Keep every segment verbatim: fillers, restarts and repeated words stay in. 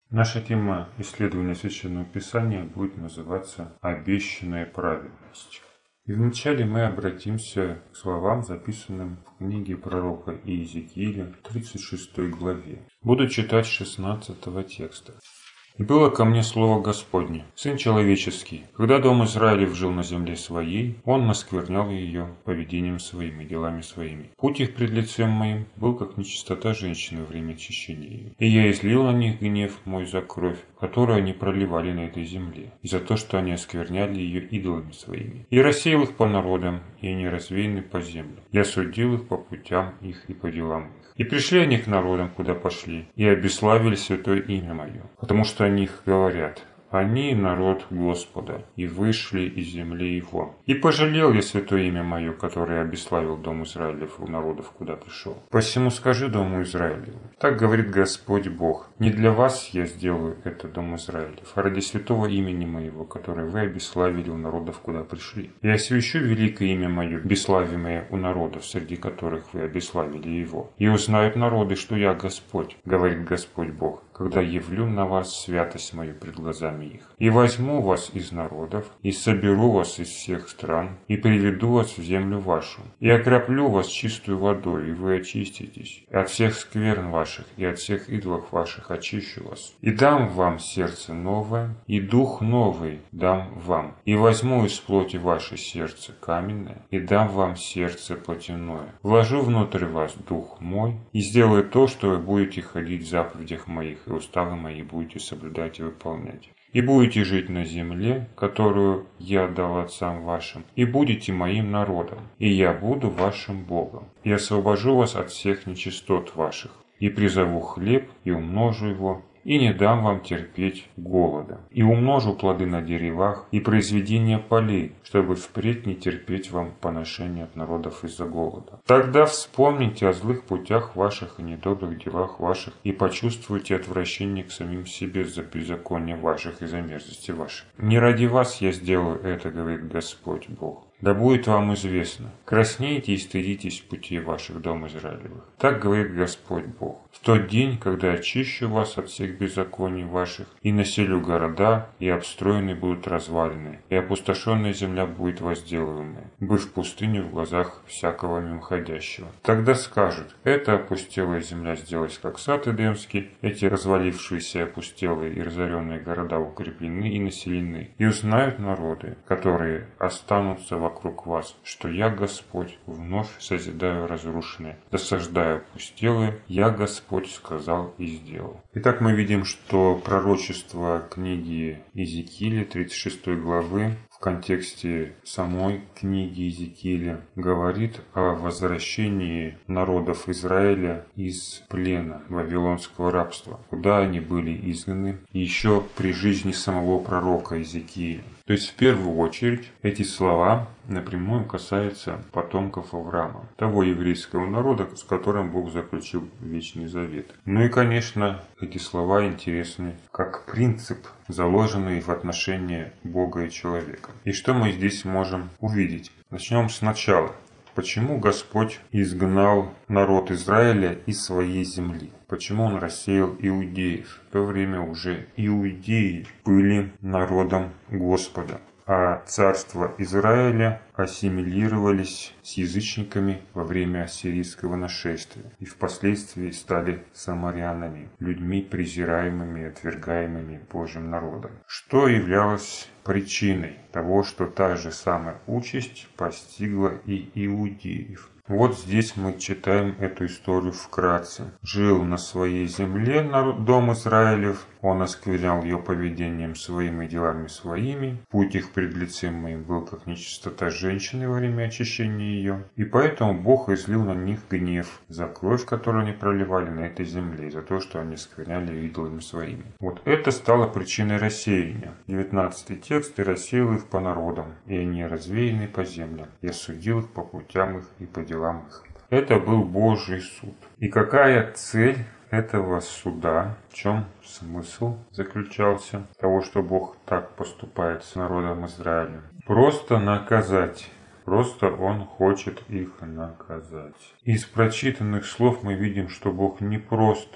Наша тема исследования Священного Писания будет называться «Обещанная праведность». И вначале мы обратимся к словам, записанным в книге пророка Иезекииля, тридцать шестой главе. Буду читать шестнадцатого текста. «И было ко мне слово Господне: Сын человеческий, когда дом Израилев жил на земле своей, он осквернял ее поведением своим и делами своими. Путь их пред лицем моим был, как нечистота женщины во время очищения ее. И я излил на них гнев мой за кровь, которую они проливали на этой земле, и за то, что они оскверняли ее идолами своими. И рассеял их по народам, и они развеяны по земле. Я судил их по путям их и по делам их. И пришли они к народам, куда пошли, и обесславили святое имя мое, потому что о них говорят: они народ Господа, и вышли из земли его. И пожалел я святое имя мое, которое обесславил дом Израилев у народов, куда пришел. Посему скажи дому Израилеву: так говорит Господь Бог: не для вас я сделаю это, дом Израилев, а ради святого имени моего, которое вы обесславили у народов, куда пришли. И освящу великое имя мое, бесславимое у народов, среди которых вы обесславили его. И узнают народы, что я Господь, говорит Господь Бог, когда явлю на вас святость мою пред глазами их. И возьму вас из народов, и соберу вас из всех стран, и приведу вас в землю вашу, и окроплю вас чистую водой, и вы очиститесь. И от всех скверн ваших, и от всех идолов ваших очищу вас. И дам вам сердце новое, и дух новый дам вам. И возьму из плоти ваше сердце каменное, и дам вам сердце плотяное. Вложу внутрь вас дух мой, и сделаю то, что вы будете ходить в заповедях моих, и уставы мои будете соблюдать и выполнять. И будете жить на земле, которую я дал отцам вашим, и будете моим народом, и я буду вашим Богом. И освобожу вас от всех нечистот ваших, и призову хлеб, и умножу его, и не дам вам терпеть голода. И умножу плоды на деревах и произведения полей, чтобы впредь не терпеть вам поношения от народов из-за голода. Тогда вспомните о злых путях ваших и недобрых делах ваших, и почувствуйте отвращение к самим себе за беззаконие ваших и за мерзости ваших. Не ради вас я сделаю это, говорит Господь Бог. Да будет вам известно: краснейте и стыдитесь путей ваших, дом Израилевых. Так говорит Господь Бог. В тот день, когда очищу вас от всех беззаконий ваших, и населю города, и обстроены будут развалины, и опустошенная земля будет возделываемая, быв пустыню в глазах всякого мимоходящего. Тогда скажут: эта опустелая земля сделалась как сад Эдемский, эти развалившиеся, опустелые и разоренные города укреплены и населены. И узнают народы, которые останутся в вокруг вас, что я Господь, вновь созидаю разрушенное, досаждаю опустелые, я Господь сказал и сделал. Итак, мы видим, что пророчество книги Иезекииля, тридцать шестой главы, в контексте самой книги Иезекииля говорит о возвращении народов Израиля из плена вавилонского рабства, куда они были изгнаны еще при жизни самого пророка Иезекииля. То есть в первую очередь эти слова напрямую касаются потомков Авраама, того еврейского народа, с которым Бог заключил Вечный Завет. Ну и, конечно, эти слова интересны как принцип, заложенный в отношении Бога и человека. И что мы здесь можем увидеть? Начнем сначала. Почему Господь изгнал народ Израиля из своей земли? Почему Он рассеял иудеев? В то время уже иудеи были народом Господа, а царство Израиля ассимилировались с язычниками во время ассирийского нашествия и впоследствии стали самарянами, людьми презираемыми и отвергаемыми Божьим народом, что являлось причиной того, что та же самая участь постигла и иудеев. Вот здесь мы читаем эту историю вкратце. Жил на своей земле дом Израилев, он осквернял ее поведением своим и делами своими. Путь их пред лицем моим был, как нечистота женщины во время очищения ее. И поэтому Бог излил на них гнев за кровь, которую они проливали на этой земле, за то, что они оскверняли идолами своими. Вот это стало причиной рассеяния. девятнадцатый текст: «И рассеял их по народам, и они развеяны по землям. Я судил их по путям их и по делам их». Это был Божий суд. И какая цель этого суда, в чем смысл заключался того, что Бог так поступает с народом Израиля? Просто наказать. Просто Он хочет их наказать. Из прочитанных слов мы видим, что Бог не просто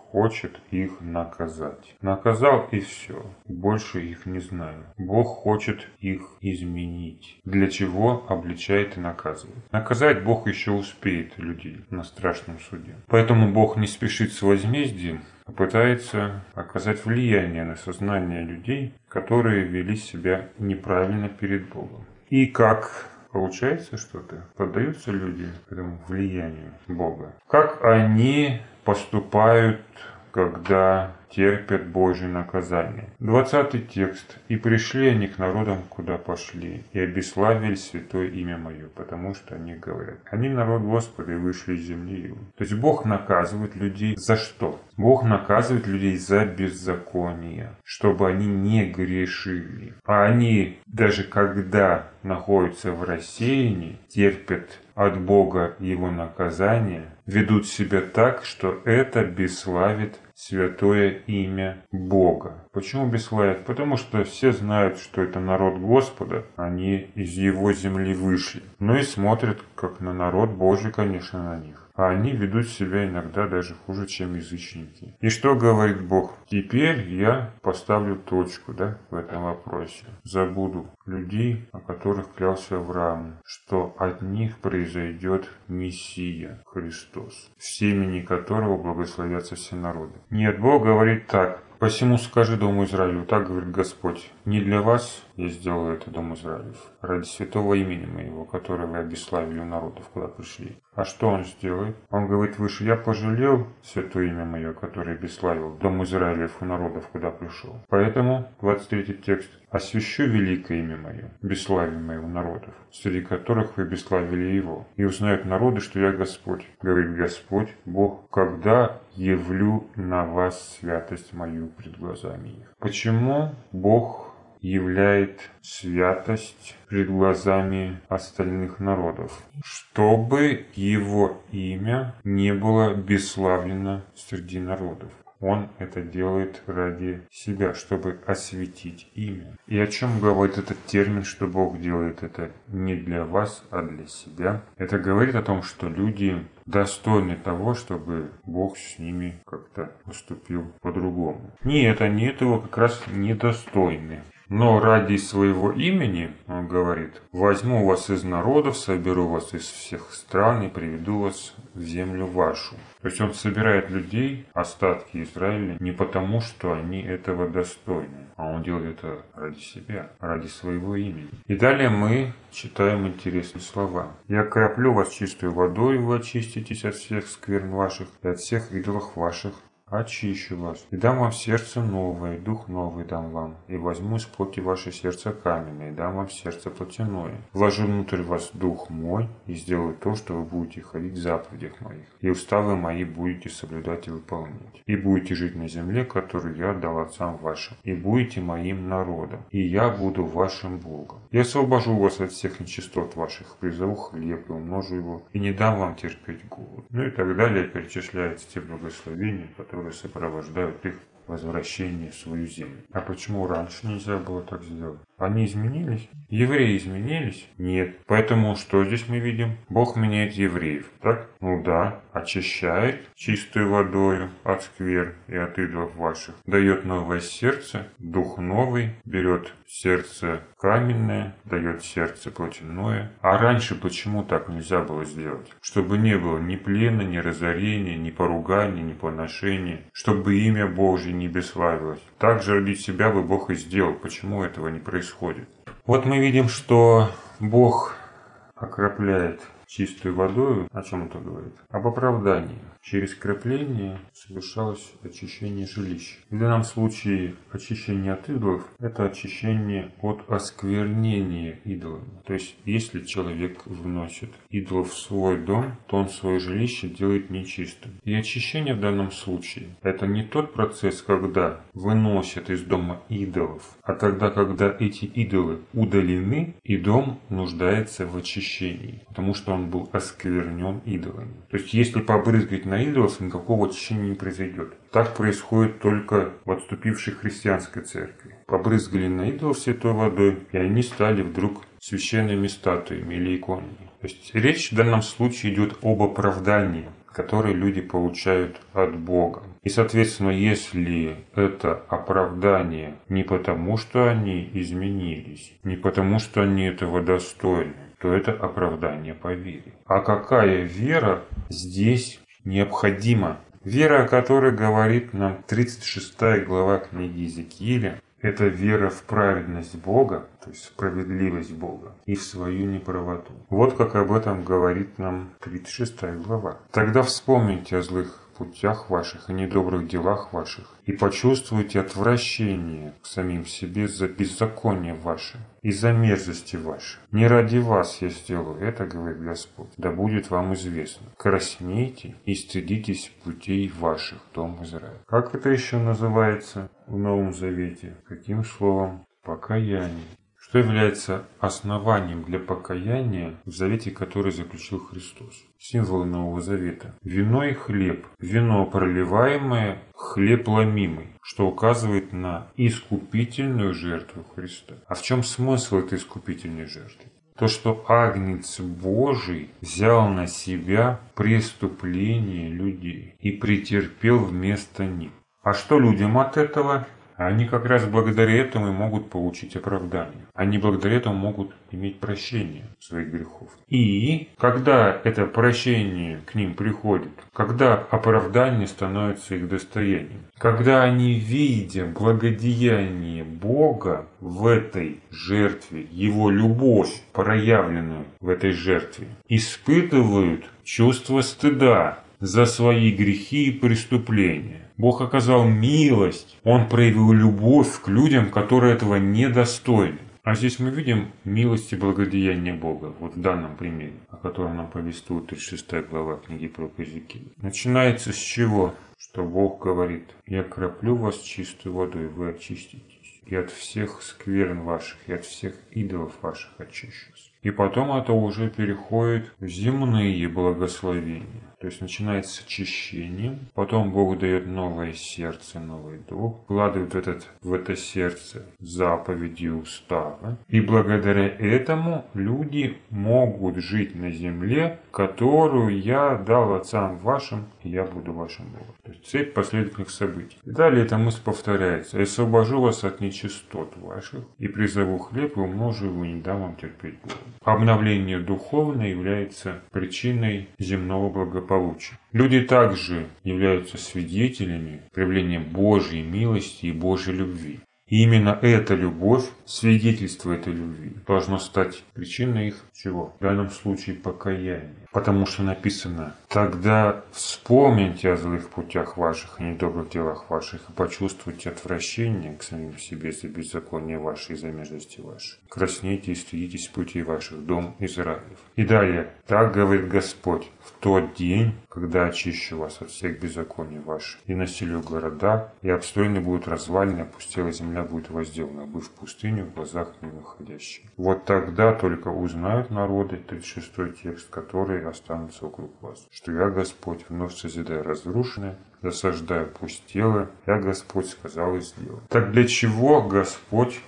хочет их наказать. Наказал и все. Больше их не знаю. Бог хочет их изменить. Для чего обличает и наказывает. Наказать Бог еще успеет людей на страшном суде. Поэтому Бог не спешит с возмездием, а пытается оказать влияние на сознание людей, которые вели себя неправильно перед Богом. И как получается что-то, поддаются люди этому влиянию Бога. Как они поступают, когда терпят Божье наказание. Двадцатый текст. «И пришли они к народам, куда пошли, и обеславили святое имя мое, потому что они говорят, они народ Господа и вышли из земли его». То есть Бог наказывает людей за что? Бог наказывает людей за беззаконие, чтобы они не грешили. А они, даже когда находятся в рассеянии, терпят от Бога его наказание, ведут себя так, что это бесславит святое имя Бога. Почему бесславит? Потому что все знают, что это народ Господа, они из его земли вышли. Ну и смотрят, как на народ Божий, конечно, на них. А они ведут себя иногда даже хуже, чем язычники. И что говорит Бог? Теперь я поставлю точку, да, в этом вопросе. Забуду людей, о которых клялся Авраам, что от них произойдет Мессия Христос, в семени которого благословятся все народы. Нет, Бог говорит так. «Посему скажи Дому Израилю, так говорит Господь, не для вас я сделал это, Дом Израилев, ради святого имени моего, которое вы обеславили у народов, куда пришли». А что он сделает? Он говорит выше, я пожалел святое имя мое, которое обеславил Дом Израилев у народов, куда пришел. Поэтому, двадцать третий текст, освящу великое имя мое, бесславие моего народов, среди которых вы бесславили его. И узнают народы, что я Господь, говорит Господь, Бог, когда явлю на вас святость мою пред глазами их. Почему Бог являет святость пред глазами остальных народов? Чтобы его имя не было бесславлено среди народов. Он это делает ради себя, чтобы осветить имя. И о чем говорит этот термин, что Бог делает это не для вас, а для себя? Это говорит о том, что люди достойны того, чтобы Бог с ними как-то поступил по-другому. Нет, они этого как раз недостойны. Но ради своего имени, он говорит, возьму вас из народов, соберу вас из всех стран и приведу вас в землю вашу. То есть он собирает людей, остатки Израиля, не потому, что они этого достойны, а он делает это ради себя, ради своего имени. И далее мы читаем интересные слова. «Я окроплю вас чистой водой, вы очиститесь от всех скверн ваших и от всех идолов ваших. Очищу вас, и дам вам сердце новое, дух новый дам вам, и возьму из плоти ваше сердце каменное, и дам вам сердце плотяное. Вложу внутрь вас дух мой, и сделаю то, что вы будете ходить в заповедях моих, и уставы мои будете соблюдать и выполнять. И будете жить на земле, которую я отдал отцам вашим, и будете моим народом, и я буду вашим Богом. Я освобожу вас от всех нечистот ваших, призову хлеб и умножу его, и не дам вам терпеть голод». Ну и так далее перечисляются те благословения, которые которые сопровождают их возвращение в свою землю. А почему раньше нельзя было так сделать? Они изменились? Евреи изменились? Нет. Поэтому что здесь мы видим? Бог меняет евреев. Так? Ну да. Очищает чистую водою от скверн и от идолов ваших. Дает новое сердце, дух новый, берет сердце каменное, дает сердце плотяное. А раньше почему так нельзя было сделать? Чтобы не было ни плена, ни разорения, ни поругания, ни поношения. Чтобы имя Божье не бесславилось. Так же ради себя бы Бог и сделал. Почему этого не происходит? Вот мы видим, что Бог окропляет чистой водой. О чем это говорит? Об оправдании. Через кропление совершалось очищение жилища. В данном случае очищение от идолов – это очищение от осквернения идолами. То есть, если человек вносит идолов в свой дом, то он свое жилище делает нечистым. И очищение в данном случае – это не тот процесс, когда выносят из дома идолов, а тогда, когда эти идолы удалены, и дом нуждается в очищении, потому что он был осквернен идолами. То есть, если побрызгать на идолов, никакого очищения не произойдет. Так происходит только в отступившей христианской церкви. Побрызгали на идолов святой водой, и они стали вдруг священными статуями или иконами. То есть речь в данном случае идет об оправдании. которые люди получают от Бога. И, соответственно, если это оправдание не потому, что они изменились, не потому, что они этого достойны, то это оправдание по вере. А какая вера здесь необходима? Вера, о которой говорит нам тридцать шестая глава книги Иезекииля, это вера в праведность Бога, то есть справедливость Бога, и в свою неправоту. Вот как об этом говорит нам тридцать шестая глава. «Тогда вспомните о злых путях ваших и недобрых делах ваших, и почувствуйте отвращение к самим себе за беззаконие ваше и за мерзости ваши. Не ради вас я сделаю это, говорит Господь, да будет вам известно. Краснейте и стыдитесь путей ваших, дом Израиля». Как это еще называется в Новом Завете? Каким словом? Покаяние. Что является основанием для покаяния в завете, который заключил Христос? Символы Нового Завета. Вино и хлеб. Вино проливаемое, хлеб ломимый, что указывает на искупительную жертву Христа. А в чем смысл этой искупительной жертвы? То, что Агнец Божий взял на себя преступления людей и претерпел вместо них. А что людям от этого? Они как раз благодаря этому и могут получить оправдание. Они благодаря этому могут иметь прощение своих грехов. И когда это прощение к ним приходит, когда оправдание становится их достоянием, когда они, видя благодеяние Бога в этой жертве, Его любовь, проявленную в этой жертве, испытывают чувство стыда за свои грехи и преступления. Бог оказал милость, Он проявил любовь к людям, которые этого недостойны. А здесь мы видим милость и благодеяние Бога, вот в данном примере, о котором нам повествует тридцать шестая глава книги пророка Иезекииля. Начинается с чего? Что Бог говорит: «Я краплю вас чистой водой, вы очиститесь, и от всех скверн ваших, и от всех идолов ваших очищусь». И потом это уже переходит в земные благословения. То есть начинается с очищением, потом Бог дает новое сердце, новый дух, вкладывает в, этот, в это сердце заповеди и уставы. И благодаря этому люди могут жить на земле, которую я дал отцам вашим, и я буду вашим Богом. То есть цепь последовательных событий. И далее эта мысль повторяется: «Я освобожу вас от нечистот ваших, и призову хлеб, и умножу его, и не дам вам терпеть голод». Обновление духовное является причиной земного благополучия. Люди также являются свидетелями проявления Божьей милости и Божьей любви. И именно эта любовь, свидетельство этой любви, должно стать причиной их чего? В данном случае покаяния. Потому что написано: «Тогда вспомните о злых путях ваших и недобрых делах ваших, и почувствуйте отвращение к самим себе за беззаконие ваше и за мерзости ваши. Краснейте и стыдитесь путей ваших, дом Израилев». И далее: «Так говорит Господь, в тот день, когда очищу вас от всех беззаконий ваших, и населю города, и обстроены будут развалины, опустела земля будет возделана, быв в пустыню в глазах не выходящей». Вот тогда только узнают народы, тридцать шестой текст, которые останутся вокруг вас, что я, Господь, вновь созидаю разрушенное, засаждаю пустелое, я, Господь, сказал и сделал. Так для чего Господь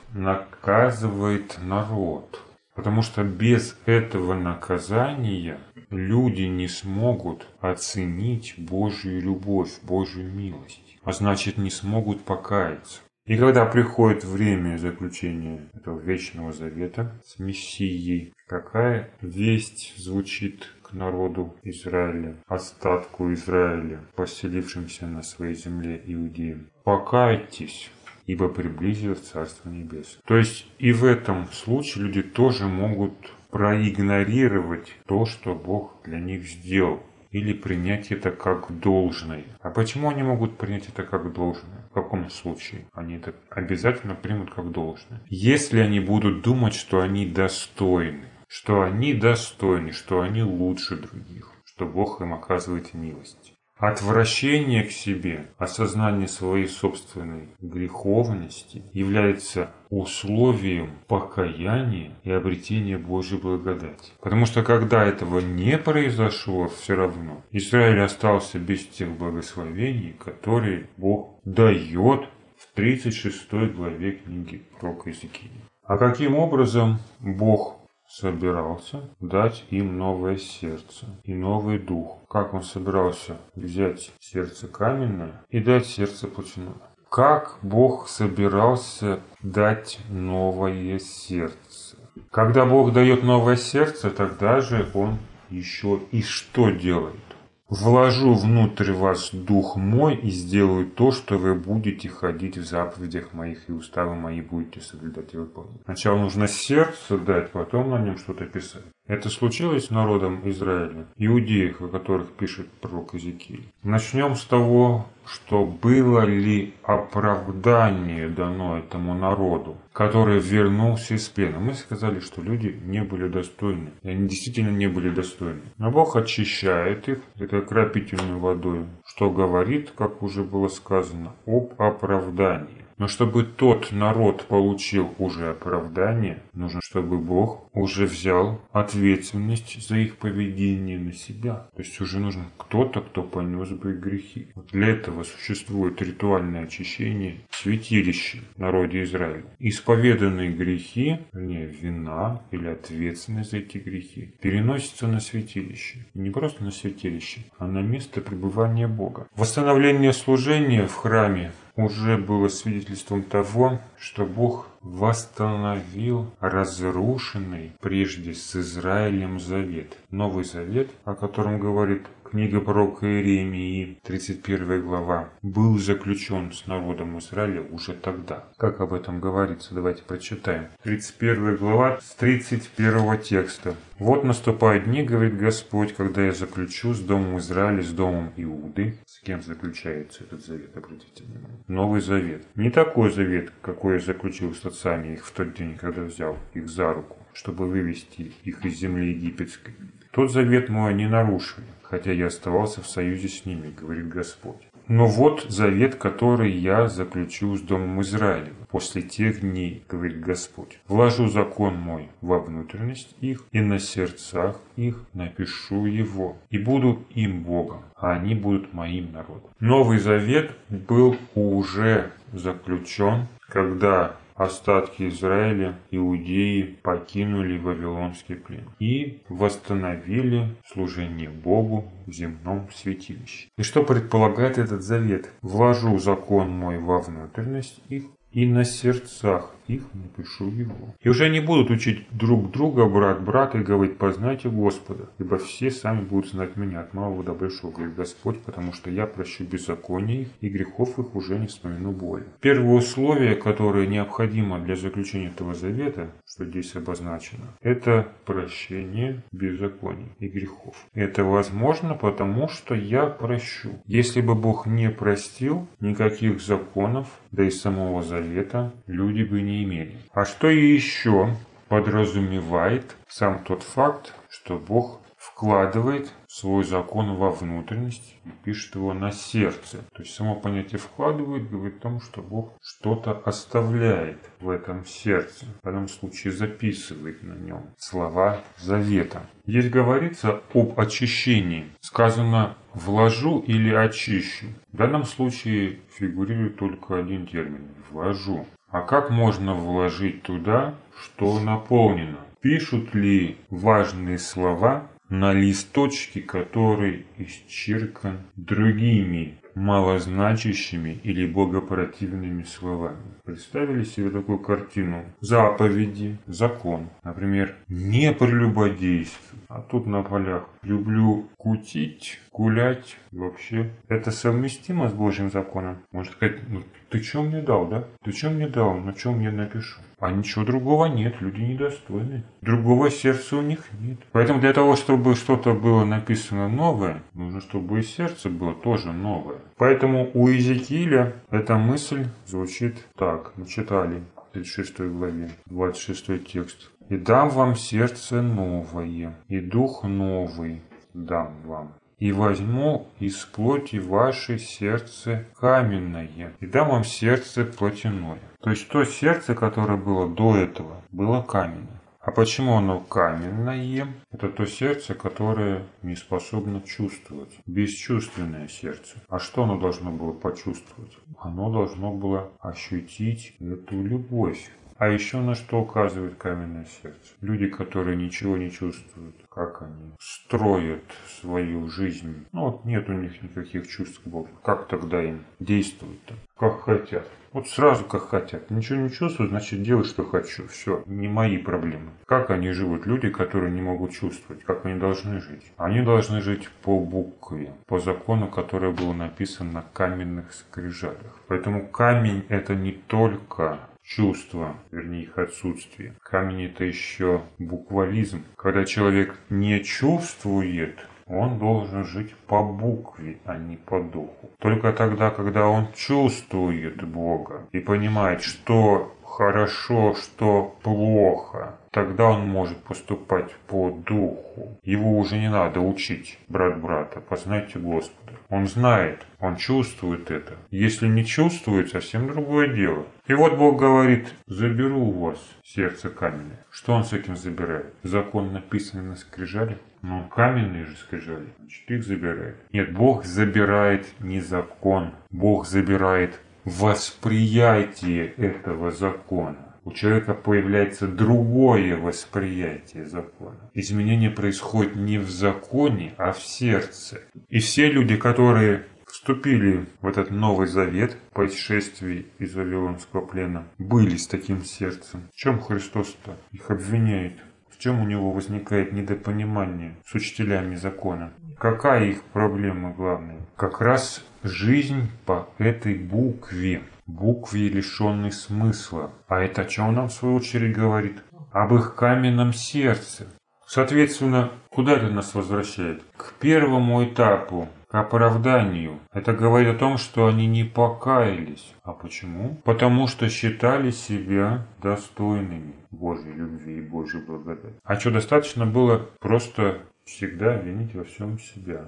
наказывает народ? Потому что без этого наказания люди не смогут оценить Божью любовь, Божью милость, а значит, не смогут покаяться. И когда приходит время заключения этого вечного завета с Мессией, какая весть звучит к народу Израиля, остатку Израиля, поселившимся на своей земле иудеям? «Покайтесь, ибо приблизилось Царство Небесное». То есть и в этом случае люди тоже могут проигнорировать то, что Бог для них сделал, или принять это как должное. А почему они могут принять это как должное? В каком случае они это обязательно примут как должное? Если они будут думать, что они достойны, что они достойны, что они лучше других, что Бог им оказывает милость. Отвращение к себе, осознание своей собственной греховности является условием покаяния и обретения Божьей благодати. Потому что когда этого не произошло, все равно Израиль остался без тех благословений, которые Бог дает в тридцать шестой главе книги пророка Иезекииля. А каким образом Бог собирался дать им новое сердце и новый дух. Как он собирался взять сердце каменное и дать сердце плотяное? Как Бог собирался дать новое сердце? Когда Бог дает новое сердце, тогда же Он еще и что делает? «Вложу внутрь вас дух мой и сделаю то, что вы будете ходить в заповедях моих, и уставы мои будете соблюдать и выполнять». Сначала нужно сердце дать, потом на нем что-то писать. Это случилось с народом Израиля, иудеев, о которых пишет пророк Иезекииль. Начнем с того, что было ли оправдание дано этому народу, который вернулся из плена. Мы сказали, что люди не были достойны, и они действительно не были достойны. Но Бог очищает их этой окропительной водой, что говорит, как уже было сказано, об оправдании. Но чтобы тот народ получил уже оправдание, нужно, чтобы Бог уже взял ответственность за их поведение на себя. То есть уже нужен кто-то, кто понес бы их грехи. Вот для этого существует ритуальное очищение святилища в народе Израиля. Исповеданные грехи, вернее, вина или ответственность за эти грехи переносятся на святилище. И не просто на святилище, а на место пребывания Бога. Восстановление служения в храме уже было свидетельством того, что Бог восстановил разрушенный прежде с Израилем завет. Новый завет, о котором говорит книга пророка Иеремии, тридцать первая глава, был заключен с народом Израиля уже тогда. Как об этом говорится? Давайте прочитаем. тридцать первая глава с тридцать первого текста. «Вот наступают дни, говорит Господь, когда я заключу с домом Израиля, с домом Иуды». С кем заключается этот завет? Обратите внимание. Новый завет. Не такой завет, какой я заключил с отцами их в тот день, когда взял их за руку, чтобы вывести их из земли египетской. Тот завет мой они нарушили, хотя я оставался в союзе с ними, говорит Господь. Но вот завет, который я заключу с домом Израилевым после тех дней, говорит Господь. Вложу закон мой во внутренность их, и на сердцах их напишу его, и буду им Богом, а они будут моим народом. Новый завет был уже заключен, когда остатки Израиля, иудеи, покинули Вавилонский плен и восстановили служение Богу в земном святилище. И что предполагает этот завет? «Вложу закон мой во внутренность их, и на сердцах их напишу его». И уже не будут учить друг друга, брат брата, и говорить: «Познайте Господа, ибо все сами будут знать меня от малого до большого, говорит Господь, потому что я прощу беззаконие их, и грехов их уже не вспомину боли». Первое условие, которое необходимо для заключения этого завета, что здесь обозначено, это прощение беззаконий и грехов. Это возможно, потому что я прощу. Если бы Бог не простил, никаких законов, да и самого завета, люди бы не имели. А что еще подразумевает сам тот факт, что Бог вкладывает свой закон во внутренность и пишет его на сердце? То есть само понятие «вкладывает» говорит о том, что Бог что-то оставляет в этом сердце. В данном случае записывает на нем слова завета. Здесь говорится об очищении. Сказано «вложу» или «очищу». В данном случае фигурирует только один термин – «вложу». А как можно вложить туда, что наполнено? Пишут ли важные слова на листочке, который исчеркан другими малозначащими или богопротивными словами? Представили себе такую картину? Заповеди, закон. Например, не прелюбодействуй. А тут на полях люблю кутить, гулять. Вообще, это совместимо с Божьим законом? Можно сказать: ну, ты что мне дал, да? Ты что мне дал? На чем я напишу? А ничего другого нет, люди недостойны. Другого сердца у них нет. Поэтому для того, чтобы что-то было написано новое, нужно, чтобы и сердце было тоже новое. Поэтому у Иезекииля эта мысль звучит так. Мы читали в тридцать шестой главе, двадцать шестой текст. «И дам вам сердце новое, и дух новый дам вам. И возьму из плоти вашей сердце каменное, и дам вам сердце плотяное». То есть то сердце, которое было до этого, было каменное. А почему оно каменное? Это то сердце, которое не способно чувствовать. Бесчувственное сердце. А что оно должно было почувствовать? Оно должно было ощутить эту любовь А еще на что указывает каменное сердце? Люди, которые ничего не чувствуют, как они строят свою жизнь. Ну вот нет у них никаких чувств к Богу. Как тогда им действуют-то? Как хотят. Вот сразу как хотят. Ничего не чувствую, значит делай, что хочу. Все, не мои проблемы. Как они живут, люди, которые не могут чувствовать? Как они должны жить? Они должны жить по букве, по закону, который был написан на каменных скрижалях. Поэтому камень — это не только чувства, вернее их отсутствие. Камень — это еще буквализм. Когда человек не чувствует, он должен жить по букве, а не по духу. Только тогда, когда он чувствует Бога и понимает, что хорошо, что плохо, тогда он может поступать по духу. Его уже не надо учить, брат брата, познайте Господа. Он знает, он чувствует это. Если не чувствует, совсем другое дело. И вот Бог говорит: заберу у вас сердце каменное. Что он с этим забирает? Закон, написанный на скрижале? Ну, каменные же скрижали, значит, их забирает. Нет, Бог забирает не закон. Бог забирает восприятие этого закона. У человека появляется другое восприятие закона. Изменение происходит не в законе, а в сердце. И все люди, которые вступили в этот Новый Завет по исшествии из Вавилонского плена, были с таким сердцем. В чем Христос-то их обвиняет? В чем у него возникает недопонимание с учителями закона? Какая их проблема главная? Как раз жизнь по этой букве. Букве, лишенной смысла. А это о чем нам в свою очередь говорит? Об их каменном сердце. Соответственно, куда это нас возвращает? К первому этапу, к оправданию. Это говорит о том, что они не покаялись. А почему? Потому что считали себя достойными Божьей любви и Божьей благодати. А что, достаточно было просто всегда винить во всем себя.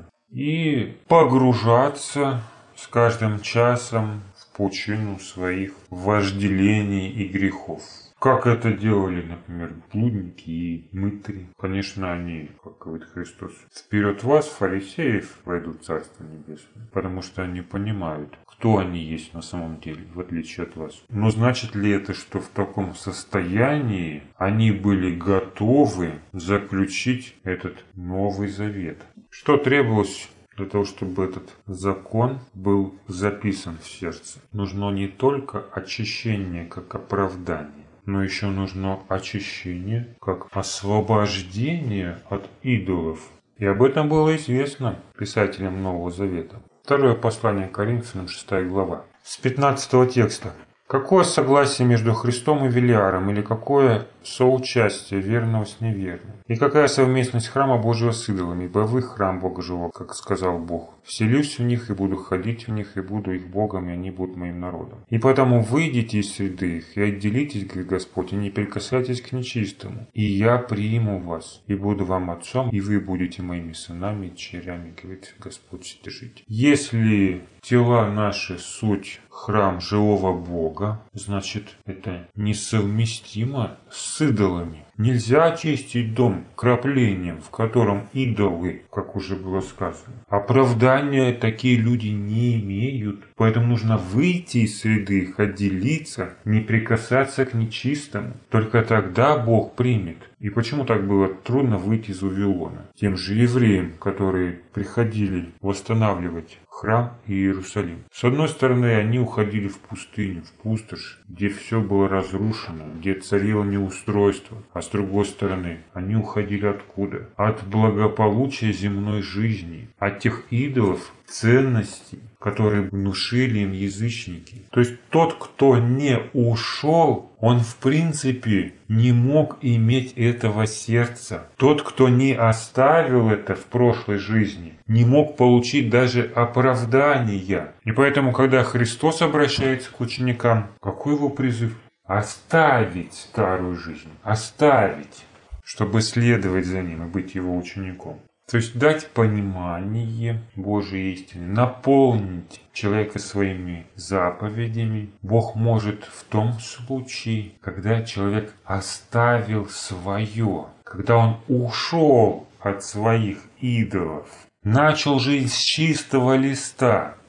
И погружаться с каждым часом в пучину своих вожделений и грехов. Как это делали, например, блудники и мытари. Конечно, они, как говорит Христос, вперед вас, фарисеев, войдут в Царство Небесное. Потому что они понимают, кто они есть на самом деле, в отличие от вас. Но значит ли это, что в таком состоянии они были готовы заключить этот Новый Завет? Что требовалось для того, чтобы этот закон был записан в сердце? Нужно не только очищение как оправдание, но еще нужно очищение как освобождение от идолов. И об этом было известно писателям Нового Завета. Второе послание к Коринфянам, шестая глава. С пятнадцатого текста. Какое согласие между Христом и Велиаром, или какое соучастие верного с неверным? И какая совместность храма Божьего с идолами? Ибо вы храм Бога живого, как сказал Бог. Вселюсь в них и буду ходить в них, и буду их Богом, и они будут моим народом. И поэтому выйдите из среды их, и отделитесь, говорит Господь, и не прикасайтесь к нечистому. И я приму вас, и буду вам отцом, и вы будете моими сынами и дочерями, говорит Господь Вседержитель. Если тела наши суть храм живого Бога, значит, это несовместимо с идолами. Нельзя очистить дом краплением, в котором идолы, как уже было сказано. Оправдания такие люди не имеют. Поэтому нужно выйти из среды их, отделиться, не прикасаться к нечистому. Только тогда Бог примет. И почему так было трудно выйти из Вавилона? Тем же евреям, которые приходили восстанавливать храм и Иерусалим. С одной стороны, они уходили в пустыню, в пустошь, где все было разрушено, где царило неустройство. А с другой стороны, они уходили откуда? От благополучия земной жизни, от тех идолов, ценностей, которые внушили им язычники. То есть тот, кто не ушел, он в принципе не мог иметь этого сердца. Тот, кто не оставил это в прошлой жизни, не мог получить даже оправдания. И поэтому, когда Христос обращается к ученикам, какой его призыв? Оставить старую жизнь, оставить, чтобы следовать за ним и быть его учеником. То есть дать понимание Божьей истины, наполнить человека своими заповедями. Бог может в том случае, когда человек оставил свое, когда он ушел от своих идолов, начал жить с чистого листа.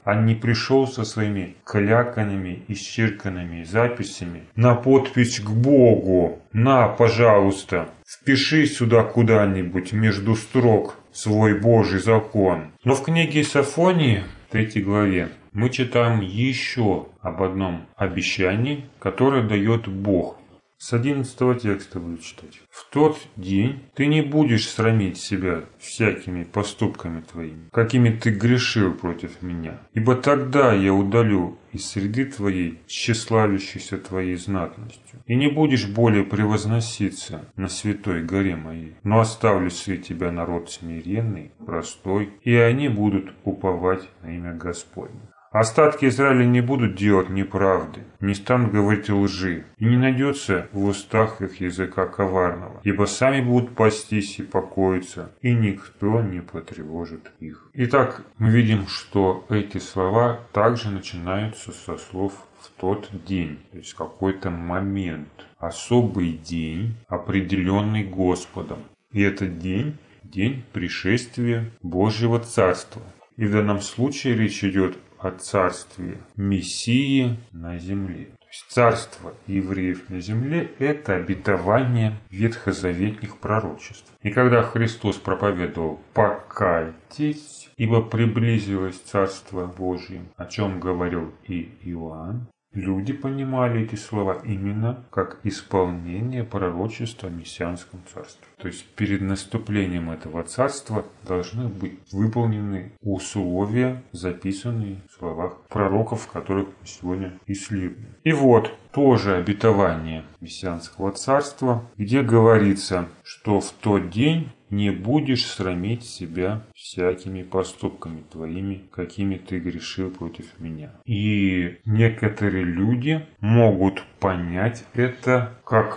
а не пришел со своими кляканными, исчерканными записями на подпись к Богу. На, пожалуйста, впиши сюда куда-нибудь между строк свой Божий закон. Но в книге Софонии, третьей главе, мы читаем еще об одном обещании, которое дает Бог. С одиннадцатого текста буду читать. «В тот день ты не будешь срамить себя всякими поступками твоими, какими ты грешил против меня. Ибо тогда я удалю из среды твоей тщеславящихся твоей знатностью, и не будешь более превозноситься на святой горе моей, но оставлю среди тебя народ смиренный, простой, и они будут уповать на имя Господне. Остатки Израиля не будут делать неправды, не станут говорить лжи, и не найдется в устах их языка коварного, ибо сами будут пастись и покоиться, и никто не потревожит их». Итак, мы видим, что эти слова также начинаются со слов «в тот день», то есть какой-то момент, особый день, определенный Господом. И этот день – день пришествия Божьего Царства. И в данном случае речь идет о царстве Мессии на земле. То есть царство евреев на земле – это обетование ветхозаветных пророчеств. И когда Христос проповедовал «покайтесь, ибо приблизилось Царство Божие», о чем говорил и Иоанн, люди понимали эти слова именно как исполнение пророчества о мессианском царстве. То есть перед наступлением этого царства должны быть выполнены условия, записанные в словах пророков, которых мы сегодня исследуем. И вот тоже обетование мессианского царства, где говорится, что в тот день не будешь срамить себя всякими поступками твоими, какими ты грешил против меня. И некоторые люди могут понять это как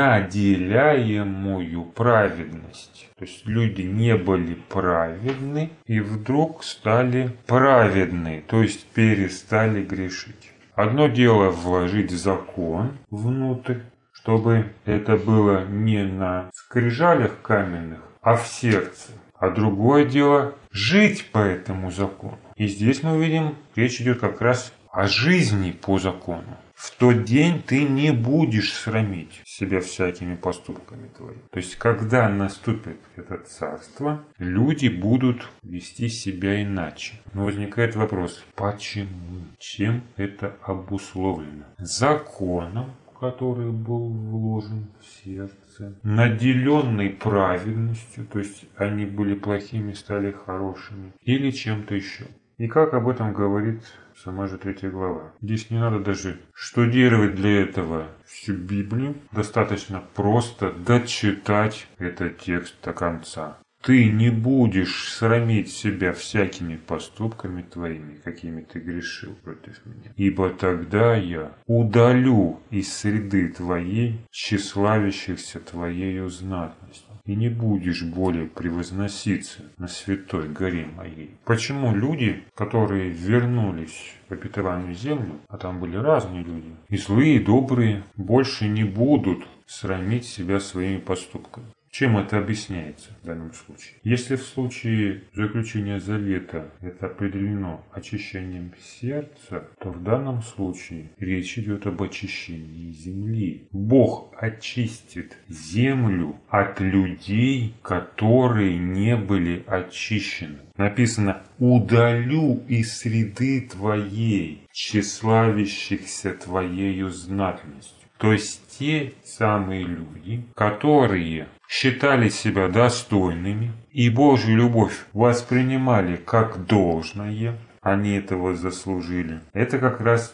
наделяемую праведность. То есть люди не были праведны и вдруг стали праведны, то есть перестали грешить. Одно дело вложить закон внутрь, чтобы это было не на скрижалях каменных, а в сердце. А другое дело жить по этому закону. И здесь мы видим, речь идет как раз о жизни по закону. В тот день ты не будешь срамить себя всякими поступками твоими. То есть, когда наступит это царство, люди будут вести себя иначе. Но возникает вопрос, почему? Чем это обусловлено? Законом, который был вложен в сердце, наделенный праведностью, то есть они были плохими, стали хорошими, или чем-то еще. И как об этом говорит сама же третья глава. Здесь не надо даже штудировать для этого всю Библию, достаточно просто дочитать этот текст до конца. Ты не будешь срамить себя всякими поступками твоими, какими ты грешил против меня. Ибо тогда я удалю из среды твоей тщеславящихся твоею знатностью. И не будешь более превозноситься на святой горе моей. Почему люди, которые вернулись в обетованную землю, а там были разные люди, и злые, и добрые, больше не будут срамить себя своими поступками? Чем это объясняется в данном случае? Если в случае заключения завета это определено очищением сердца, то в данном случае речь идет об очищении земли. Бог очистит землю от людей, которые не были очищены. Написано «удалю из среды твоей, тщеславящихся твоею знатностью». То есть те самые люди, которые считали себя достойными и Божью любовь воспринимали как должное, они этого заслужили. Это как раз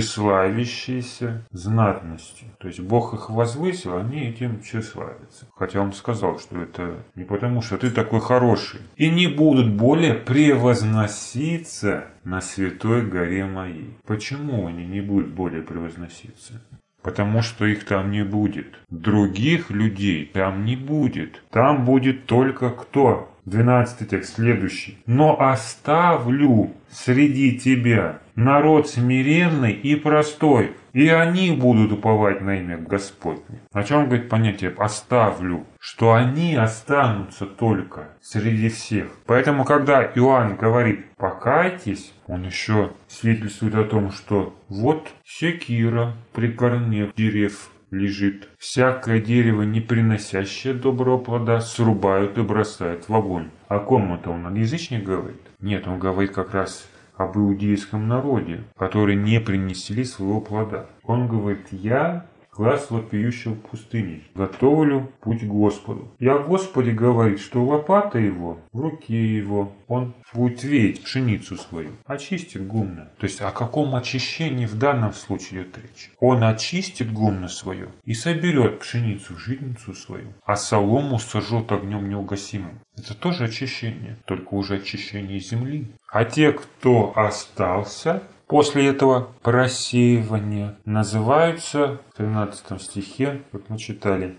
тщеславящиеся знатностью. То есть Бог их возвысил, они этим тщеславятся. Хотя Он сказал, что это не потому, что ты такой хороший. И не будут более превозноситься на святой горе моей. Почему они не будут более превозноситься? Потому что их там не будет. Других людей там не будет. Там будет только кто? двенадцатый текст, следующий. «Но оставлю среди тебя народ смиренный и простой». и они будут уповать на имя Господне. О чем говорит понятие «оставлю», что они останутся только среди всех. Поэтому, когда Иоанн говорит «покайтесь», он еще свидетельствует о том, что вот секира при корне дерев лежит. Всякое дерево, не приносящее доброго плода, срубают и бросают в огонь. О ком это он? О язычнике говорит? Нет, он говорит как раз об иудейском народе, которые не принесли своего плода. Он говорит: «Я глас вопиющего в пустыне, готовлю путь Господу». И о Господе говорит, что лопата его в руке его, он будет веять пшеницу свою, очистит гумно. То есть о каком очищении в данном случае идет речь? Он очистит гумно свое и соберет пшеницу, житницу свою, а солому сожжет огнем неугасимым. Это тоже очищение, только уже очищение земли. А те, кто остался после этого просеивания, называются в тринадцатом стихе, как мы читали,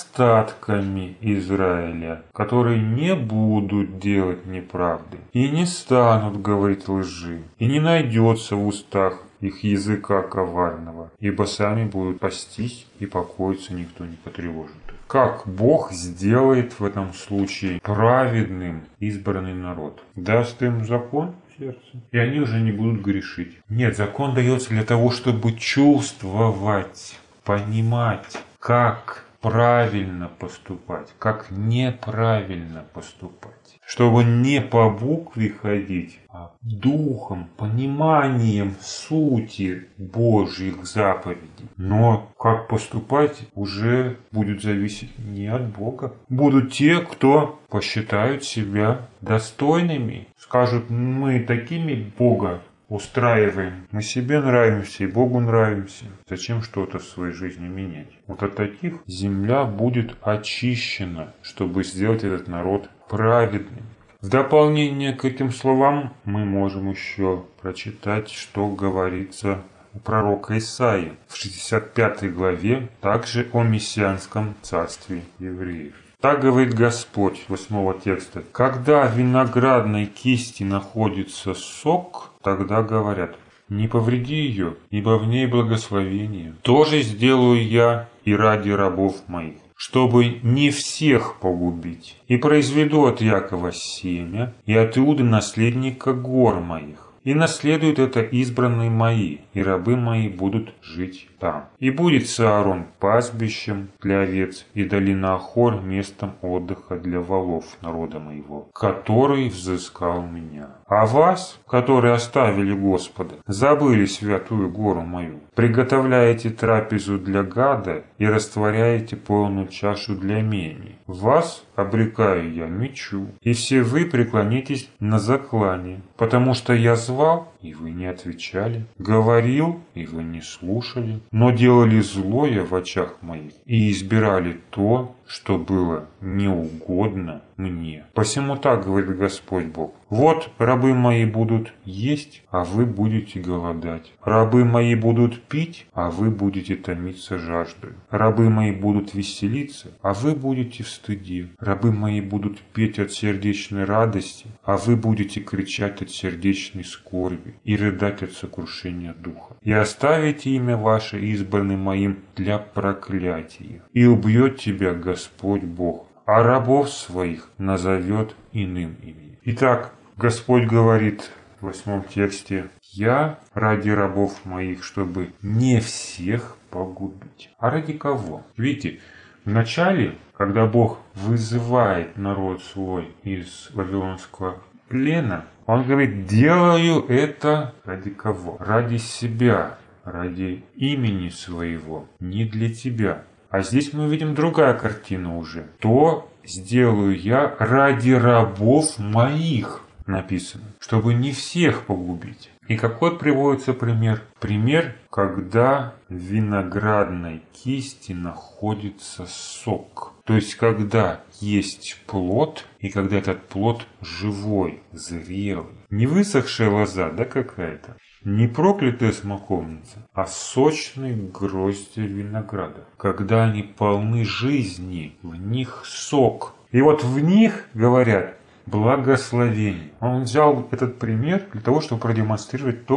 остатками Израиля, которые не будут делать неправды и не станут говорить лжи, и не найдется в устах их языка коварного, ибо сами будут пастись, и покоиться никто не потревожит. Как Бог сделает в этом случае праведным избранный народ? Даст им закон в сердце, и они уже не будут грешить. Нет, закон дается для того, чтобы чувствовать, понимать, как правильно поступать, как неправильно поступать. Чтобы не по букве ходить, а духом, пониманием сути Божьих заповедей. Но как поступать уже будет зависеть не от Бога. Будут те, кто посчитают себя достойными, скажут: мы такими Бога устраиваем, мы себе нравимся и Богу нравимся. Зачем что-то в своей жизни менять? Вот от таких земля будет очищена, чтобы сделать этот народ праведным. В дополнение к этим словам мы можем еще прочитать, что говорится у пророка Исаии в шестьдесят пятой главе, также о мессианском царстве евреев. Так говорит Господь, восьмого текста: «Когда в виноградной кисти находится сок, тогда говорят: не повреди ее, ибо в ней благословение. Тоже сделаю я и ради рабов моих, чтобы не всех погубить, и произведу от Якова семя, и от Иуды наследника гор моих. И наследуют это избранные мои, и рабы мои будут жить там. И будет Саарон пастбищем для овец, и долина Ахор местом отдыха для волов народа моего, который взыскал меня. А вас, которые оставили Господа, забыли святую гору мою, приготовляете трапезу для гада и растворяете полную чашу для мени. Вас обрекаю я мечу, и все вы преклонитесь на заклание, потому что я звал, и вы не отвечали, говорил, и вы не слушали, но делали злое в очах моих и избирали то, что было неугодно мне. Посему так говорит Господь Бог: вот рабы мои будут есть, а вы будете голодать. Рабы мои будут пить, а вы будете томиться жаждой. Рабы мои будут веселиться, а вы будете в стыде. Рабы мои будут петь от сердечной радости, а вы будете кричать от сердечной скорби и рыдать от сокрушения духа. И оставите имя ваше избранным моим для проклятия. И убьет тебя Господь Бог, а рабов своих назовет иным именем. Итак, Господь говорит в восьмом тексте: «Я ради рабов моих, чтобы не всех погубить». А ради кого? Видите, вначале, когда Бог вызывает народ свой из вавилонского плена, Он говорит: делаю это ради кого? Ради себя, ради имени своего, не для тебя. А здесь мы видим другая картина уже. То сделаю я ради рабов моих, написано, чтобы не всех погубить. И какой приводится пример? Пример, когда в виноградной кисти находится сок. То есть, когда есть плод, и когда этот плод живой, зрелый. Не высохшая лоза, да, какая-то. Не проклятая смоковница, а сочные грозди винограда. Когда они полны жизни, в них сок. И вот в них, говорят, благословение. Он взял этот пример для того, чтобы продемонстрировать то,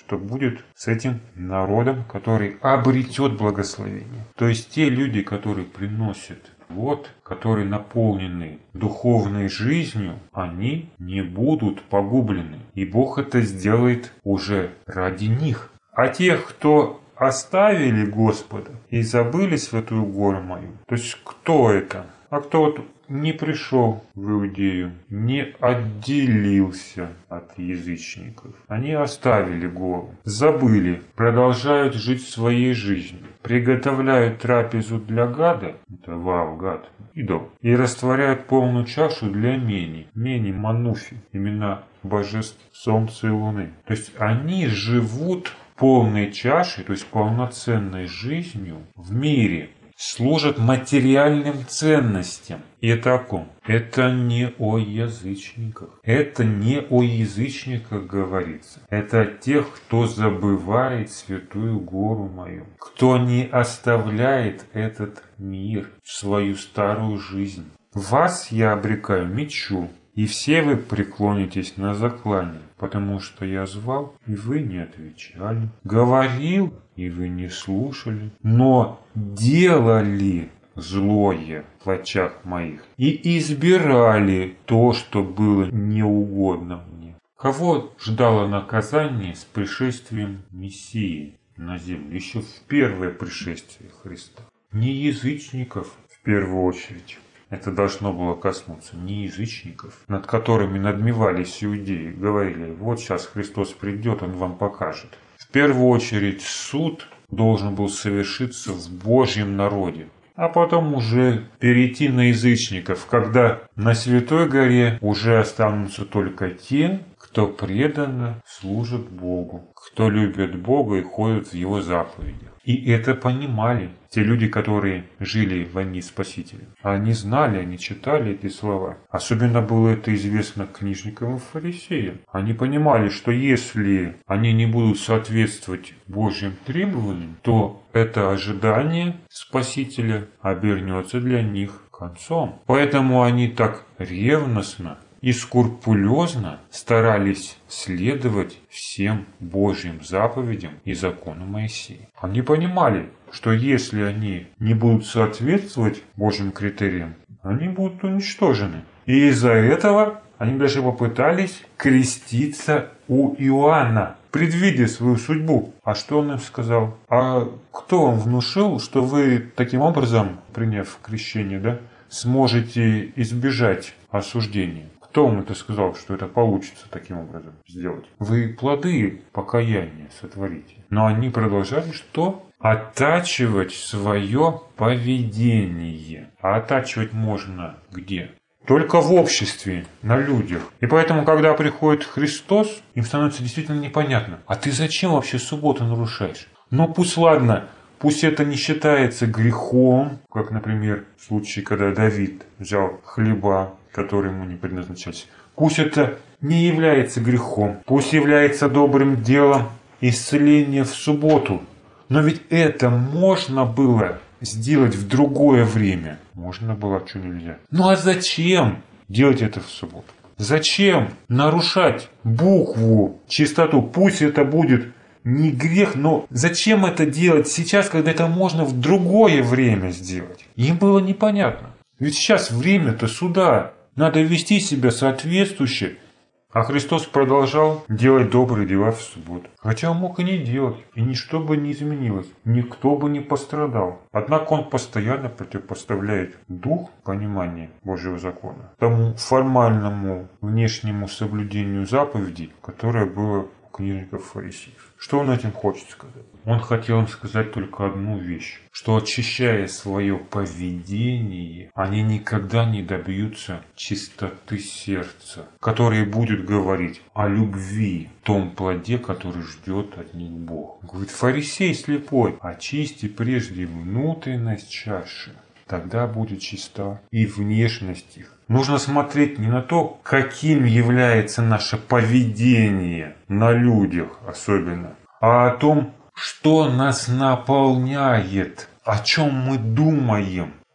что будет с этим народом, который обретет благословение. То есть те люди, которые приносят плод, которые наполнены духовной жизнью, они не будут погублены. И Бог это сделает уже ради них. А тех, кто оставили Господа и забыли святую гору мою, то есть кто это? А кто вот не пришел в Иудею, не отделился от язычников. Они оставили гору, забыли, продолжают жить своей жизнью, приготовляют трапезу для гада, это вау, гад, идол, и растворяют полную чашу для Мени, Мени, Мануфи, имена божеств Солнца и Луны. То есть они живут полной чашей, то есть полноценной жизнью в мире, служат материальным ценностям. И это о ком? Это не о язычниках. Это не о язычниках говорится. Это о тех, кто забывает святую гору мою. Кто не оставляет этот мир, свою старую жизнь. Вас я обрекаю мечу, и все вы преклонитесь на заклание, потому что я звал, и вы не отвечали. Говорил, и вы не слушали, но делали злое в очах моих и избирали то, что было неугодно мне. Кого ждало наказание с пришествием Мессии на землю, еще в первое пришествие Христа? Не язычников в первую очередь. Это должно было коснуться не язычников, над которыми надмевались иудеи, говорили: вот сейчас Христос придет, Он вам покажет. В первую очередь суд должен был совершиться в Божьем народе, а потом уже перейти на язычников, когда на Святой горе уже останутся только те, кто преданно служит Богу, кто любит Бога и ходит в Его заповедях. И это понимали те люди, которые жили в войне Спасителя. Они знали, они читали эти слова. Особенно было это известно книжникам и фарисеям. Они понимали, что если они не будут соответствовать Божьим требованиям, то это ожидание Спасителя обернется для них концом. Поэтому они так ревностно и скрупулезно старались следовать всем Божьим заповедям и закону Моисея. Они понимали, что если они не будут соответствовать Божьим критериям, они будут уничтожены. И из-за этого они даже попытались креститься у Иоанна, предвидя свою судьбу. А что он им сказал? А кто вам внушил, что вы таким образом, приняв крещение, да, сможете избежать осуждения? Кто вам это сказал, что это получится таким образом сделать? Вы плоды покаяния сотворите. Но они продолжали что? Оттачивать свое поведение. А оттачивать можно где? Только в обществе, на людях. И поэтому, когда приходит Христос, им становится действительно непонятно. А ты зачем вообще субботу нарушаешь? Ну пусть ладно, пусть это не считается грехом, как, например, в случае, когда Давид взял хлеба, которые ему не предназначались. Пусть это не является грехом, пусть является добрым делом исцеления в субботу. Но ведь это можно было сделать в другое время. Можно было, что нельзя. Ну а зачем делать это в субботу? Зачем нарушать букву, чистоту? Пусть это будет не грех, но зачем это делать сейчас, когда это можно в другое время сделать? Им было непонятно. Ведь сейчас время-то суда. Надо вести себя соответствующе. А Христос продолжал делать добрые дела в субботу. Хотя он мог и не делать, и ничто бы не изменилось, никто бы не пострадал. Однако он постоянно противопоставляет дух понимания Божьего закона тому формальному внешнему соблюдению заповедей, которое было у книжников и фарисеев. Что он этим хочет сказать? Он хотел им сказать только одну вещь, что очищая свое поведение, они никогда не добьются чистоты сердца, которое будет говорить о любви, том плоде, который ждет от них Бог. Говорит: фарисей слепой, очисти прежде внутренность чаши, тогда будет чиста и внешность их. Нужно смотреть не на то, каким является наше поведение на людях особенно, а о том, что нас наполняет, о чем мы думаем.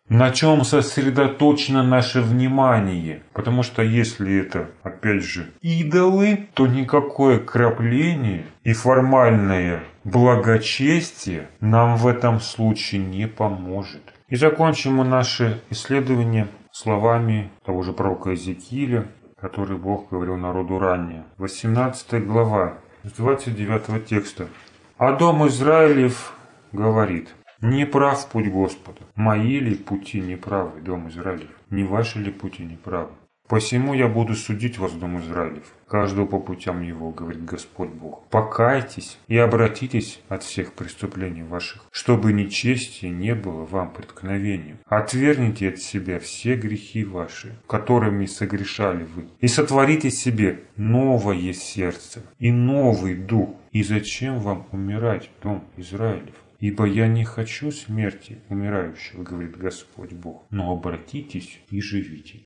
На чем сосредоточено наше внимание? Потому что если это, опять же, идолы, то никакое крапление и формальное благочестие нам в этом случае не поможет. И закончим мы наше исследование словами того же пророка Иезекииля, который Бог говорил народу ранее. восемнадцатая глава, с двадцать девятого текста. «А дом Израилев говорит: не прав путь Господа. Мои ли пути неправы, дом Израилев? Не ваши ли пути неправы? Посему я буду судить вас, дом Израилев, каждого по путям его, говорит Господь Бог. Покайтесь и обратитесь от всех преступлений ваших, чтобы нечестие не было вам преткновением. Отвергните от себя все грехи ваши, которыми согрешали вы, и сотворите себе новое сердце и новый дух. И зачем вам умирать, дом Израилев? Ибо я не хочу смерти умирающего, говорит Господь Бог, но обратитесь и живите».